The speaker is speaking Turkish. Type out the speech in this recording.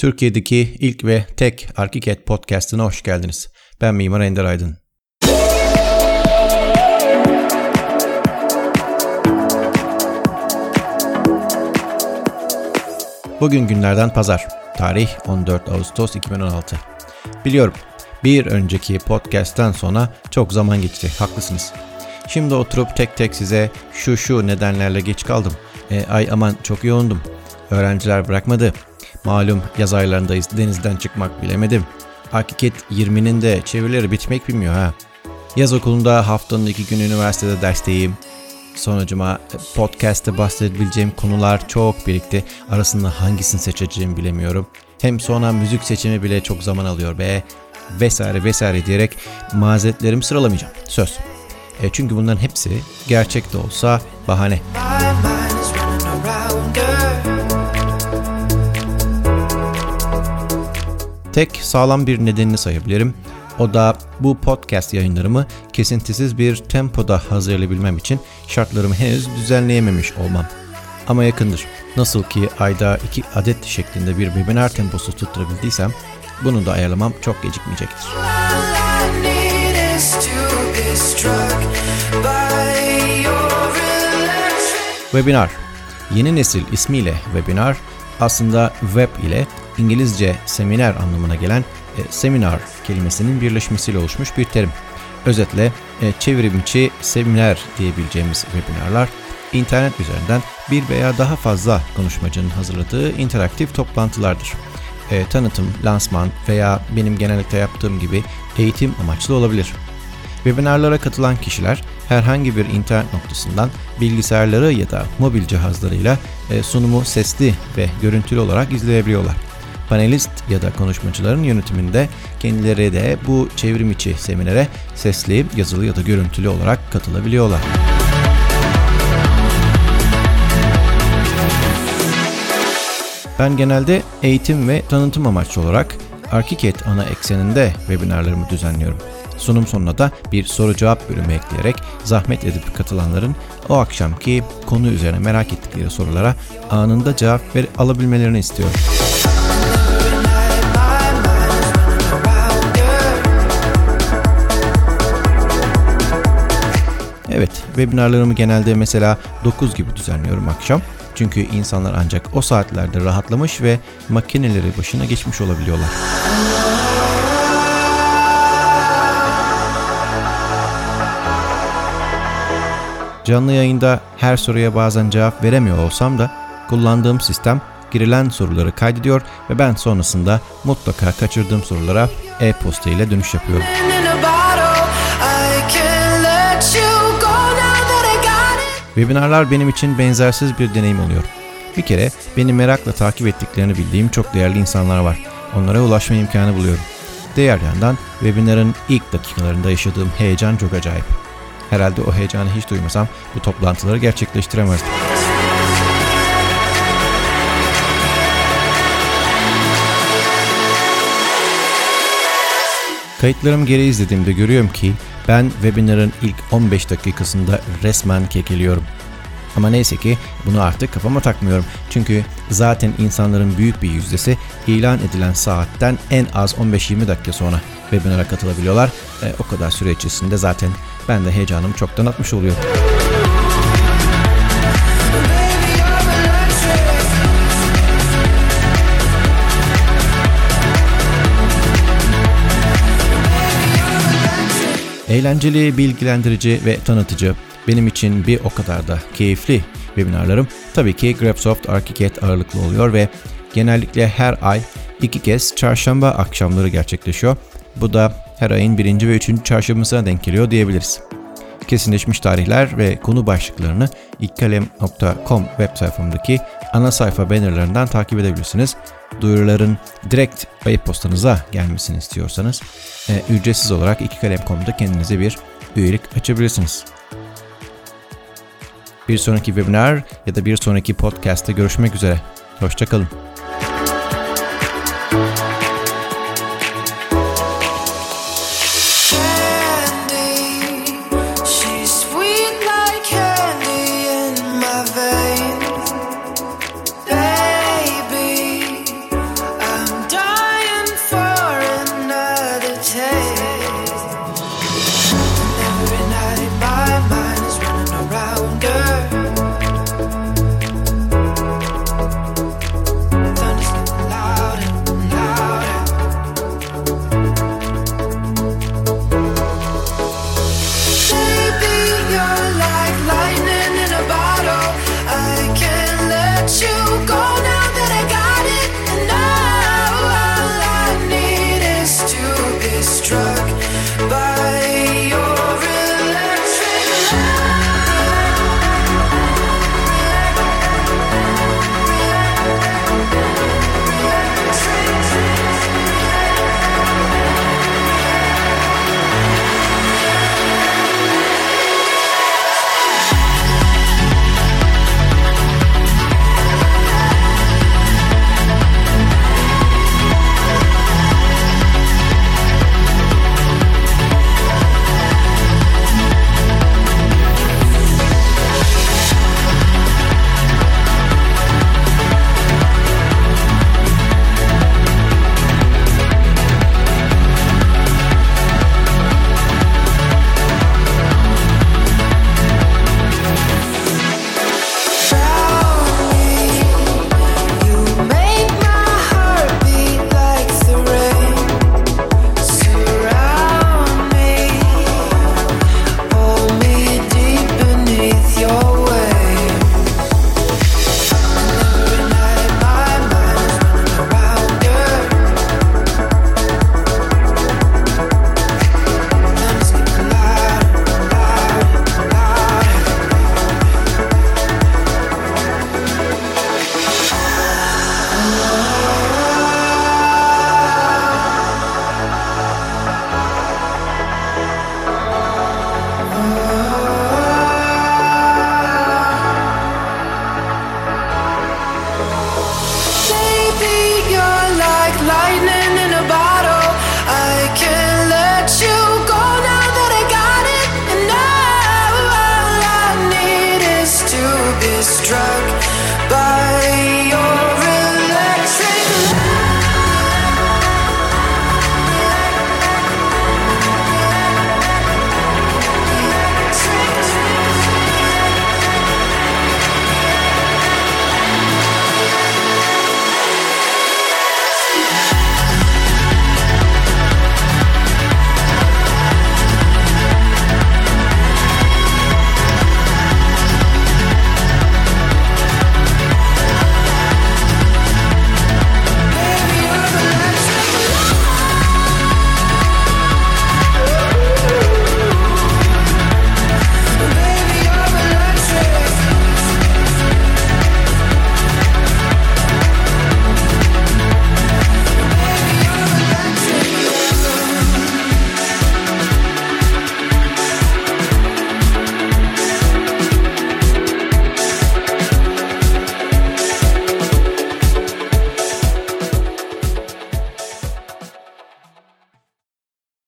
Türkiye'deki ilk ve tek Arkiket Podcast'ına hoş geldiniz. Ben Mimar Ender Aydın. Bugün günlerden pazar. Tarih 14 Ağustos 2016. Biliyorum, bir önceki podcast'ten sonra çok zaman geçti, haklısınız. Şimdi oturup tek tek size şu nedenlerle geç kaldım. Ay aman çok yoğundum. Öğrenciler bırakmadı. Malum yaz aylarındayız, denizden çıkmak bilemedim. Arkiket 20'nin de çevirileri bitmek bilmiyor ha. Yaz okulunda haftanın 2 günü üniversitede dersteyim. Sonucuma podcast'te bahsedebileceğim konular çok birikti. Arasında hangisini seçeceğimi bilemiyorum. Hem sonra müzik seçimi bile çok zaman alıyor be. Vesaire diyerek mazeretlerimi sıralamayacağım. Söz. Çünkü bunların hepsi gerçek de olsa bahane. Tek sağlam bir nedenini sayabilirim. O da bu podcast yayınlarımı kesintisiz bir tempoda hazırlayabilmem için şartlarımı henüz düzenleyememiş olmam. Ama yakındır. Nasıl ki ayda 2 adet şeklinde bir webinar temposu tutturabildiysem, bunu da ayarlamam çok gecikmeyecektir. Webinar. Yeni nesil ismiyle webinar, aslında web ile İngilizce seminer anlamına gelen seminar kelimesinin birleşmesiyle oluşmuş bir terim. Özetle çevrimiçi seminer diyebileceğimiz webinarlar, internet üzerinden bir veya daha fazla konuşmacının hazırladığı interaktif toplantılardır. Tanıtım, lansman veya benim genellikle yaptığım gibi eğitim amaçlı olabilir. Webinarlara katılan kişiler herhangi bir internet noktasından bilgisayarları ya da mobil cihazlarıyla sunumu sesli ve görüntülü olarak izleyebiliyorlar. Panelist ya da konuşmacıların yönetiminde kendileri de bu çevrimiçi seminere sesli, yazılı ya da görüntülü olarak katılabiliyorlar. Ben genelde eğitim ve tanıtım amaçlı olarak Arkiket ana ekseninde webinarlarımı düzenliyorum. Sunum sonuna da bir soru-cevap bölümü ekleyerek zahmet edip katılanların o akşamki konu üzerine merak ettikleri sorulara anında cevap alabilmelerini istiyorum. Evet, webinarlarımı genelde mesela 9 gibi düzenliyorum akşam. Çünkü insanlar ancak o saatlerde rahatlamış ve makineleri başına geçmiş olabiliyorlar. Canlı yayında her soruya bazen cevap veremiyor olsam da kullandığım sistem girilen soruları kaydediyor ve ben sonrasında mutlaka kaçırdığım sorulara e-posta ile dönüş yapıyorum. Webinarlar benim için benzersiz bir deneyim oluyor. Bir kere beni merakla takip ettiklerini bildiğim çok değerli insanlar var. Onlara ulaşma imkanı buluyorum. Diğer yandan webinarın ilk dakikalarında yaşadığım heyecan çok acayip. Herhalde o heyecanı hiç duymasam bu toplantıları gerçekleştiremezdim. Kayıtlarımı geri izlediğimde görüyorum ki ben webinarın ilk 15 dakikasında resmen kekeliyorum. Ama neyse ki bunu artık kafama takmıyorum. Çünkü zaten insanların büyük bir yüzdesi ilan edilen saatten en az 15-20 dakika sonra webinara katılabiliyorlar. O kadar süre içerisinde zaten ben de heyecanımı çoktan atmış oluyorum. Eğlenceli, bilgilendirici ve tanıtıcı, benim için bir o kadar da keyifli webinarlarım tabii ki Grabsoft Arkiket ağırlıklı oluyor ve genellikle her ay 2 kez çarşamba akşamları gerçekleşiyor. Bu da her ayın 1. ve 3. çarşambasına denk geliyor diyebiliriz. Kesinleşmiş tarihler ve konu başlıklarını ikkalem.com web sayfamdaki ana sayfa bannerlarından takip edebilirsiniz. Duyuruların direkt e-postanıza gelmesini istiyorsanız ücretsiz olarak ikkalem.com'da kendinize bir üyelik açabilirsiniz. Bir sonraki webinar ya da bir sonraki podcast'te görüşmek üzere. Hoşça kalın.